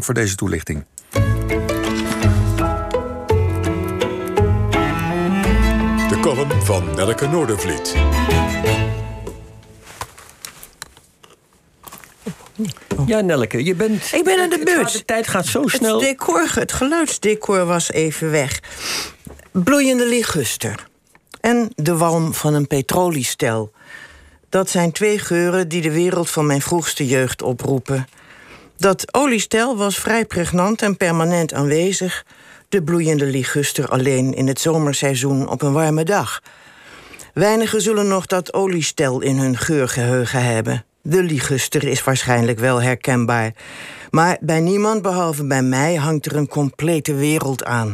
voor deze toelichting. De column van Nelleke Noordervliet. Ja, Nelleke, je bent... Ik ben aan de beurt. De tijd gaat zo snel. Het geluidsdecor was even weg. Bloeiende liguster. En de walm van een petroliestel. Dat zijn 2 geuren die de wereld van mijn vroegste jeugd oproepen. Dat oliestel was vrij pregnant en permanent aanwezig. De bloeiende liguster alleen in het zomerseizoen op een warme dag. Weinigen zullen nog dat oliestel in hun geurgeheugen hebben. De liguster is waarschijnlijk wel herkenbaar. Maar bij niemand behalve bij mij hangt er een complete wereld aan.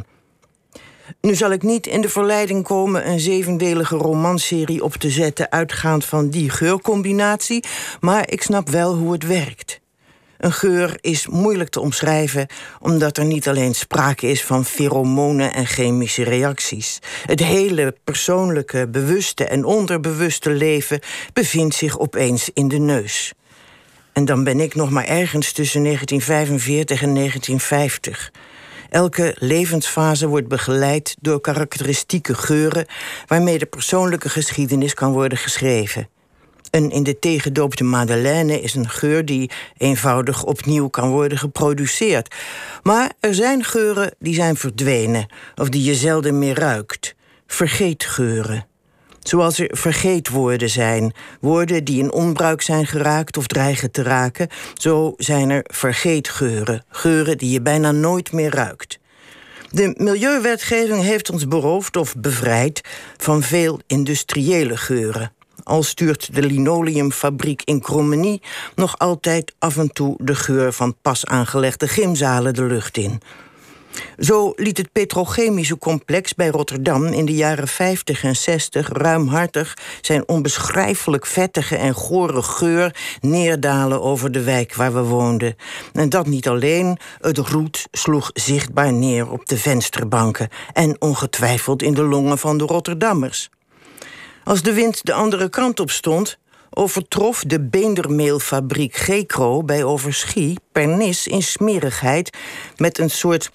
Nu zal ik niet in de verleiding komen een 7-delige romanserie op te zetten uitgaand van die geurcombinatie, maar ik snap wel hoe het werkt. Een geur is moeilijk te omschrijven, omdat er niet alleen sprake is van feromonen en chemische reacties. Het hele persoonlijke, bewuste en onderbewuste leven bevindt zich opeens in de neus. En dan ben ik nog maar ergens tussen 1945 en 1950. Elke levensfase wordt begeleid door karakteristieke geuren waarmee de persoonlijke geschiedenis kan worden geschreven. Een in de thee gedoopte madeleine is een geur die eenvoudig opnieuw kan worden geproduceerd. Maar er zijn geuren die zijn verdwenen of die je zelden meer ruikt. Vergeetgeuren. Zoals er vergeetwoorden zijn. Woorden die in onbruik zijn geraakt of dreigen te raken. Zo zijn er vergeetgeuren. Geuren die je bijna nooit meer ruikt. De milieuwetgeving heeft ons beroofd of bevrijd van veel industriële geuren. Al stuurt de linoleumfabriek in Krommenie nog altijd af en toe de geur van pas aangelegde gymzalen de lucht in. Zo liet het petrochemische complex bij Rotterdam in de jaren 50 en 60 ruimhartig zijn onbeschrijfelijk vettige en gore geur neerdalen over de wijk waar we woonden. En dat niet alleen, het roet sloeg zichtbaar neer op de vensterbanken en ongetwijfeld in de longen van de Rotterdammers. Als de wind de andere kant op stond, overtrof de beendermeelfabriek Gekro bij Overschie Pernis in smerigheid met een soort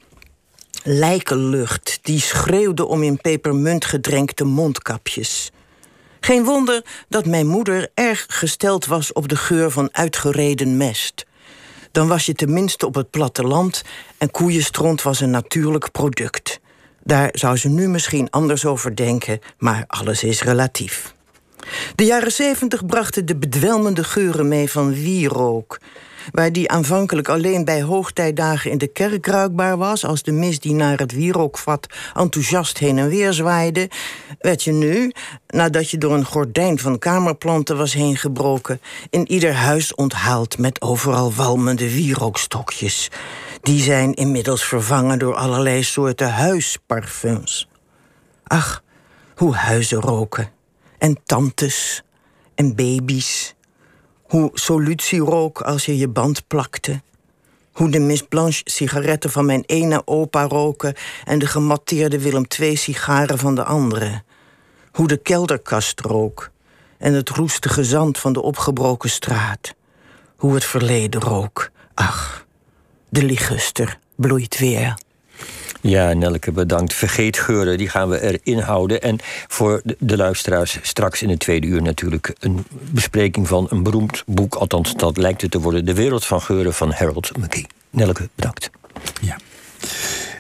lijkenlucht die schreeuwde om in pepermunt gedrenkte mondkapjes. Geen wonder dat mijn moeder erg gesteld was op de geur van uitgereden mest. Dan was je tenminste op het platteland en koeienstront was een natuurlijk product. Daar zou ze nu misschien anders over denken, maar alles is relatief. De jaren 70 brachten de bedwelmende geuren mee van wierook. Waar die aanvankelijk alleen bij hoogtijdagen in de kerk ruikbaar was, als de misdienaar het wierookvat enthousiast heen en weer zwaaide, werd je nu, nadat je door een gordijn van kamerplanten was heen gebroken, in ieder huis onthaald met overal walmende wierookstokjes. Die zijn inmiddels vervangen door allerlei soorten huisparfums. Ach, hoe huizen roken. En tantes. En baby's. Hoe solutie rook als je je band plakte. Hoe de Miss Blanche sigaretten van mijn ene opa roken en de gematteerde Willem II sigaren van de andere. Hoe de kelderkast rook en het roestige zand van de opgebroken straat. Hoe het verleden rook. Ach, de liguster bloeit weer. Ja, Nelleke, bedankt. Vergeetgeuren, die gaan we erin houden. En voor de luisteraars straks in het tweede uur natuurlijk een bespreking van een beroemd boek. Althans, dat lijkt het te worden. De wereld van geuren van Harold McGee. Nelleke, bedankt. Ja.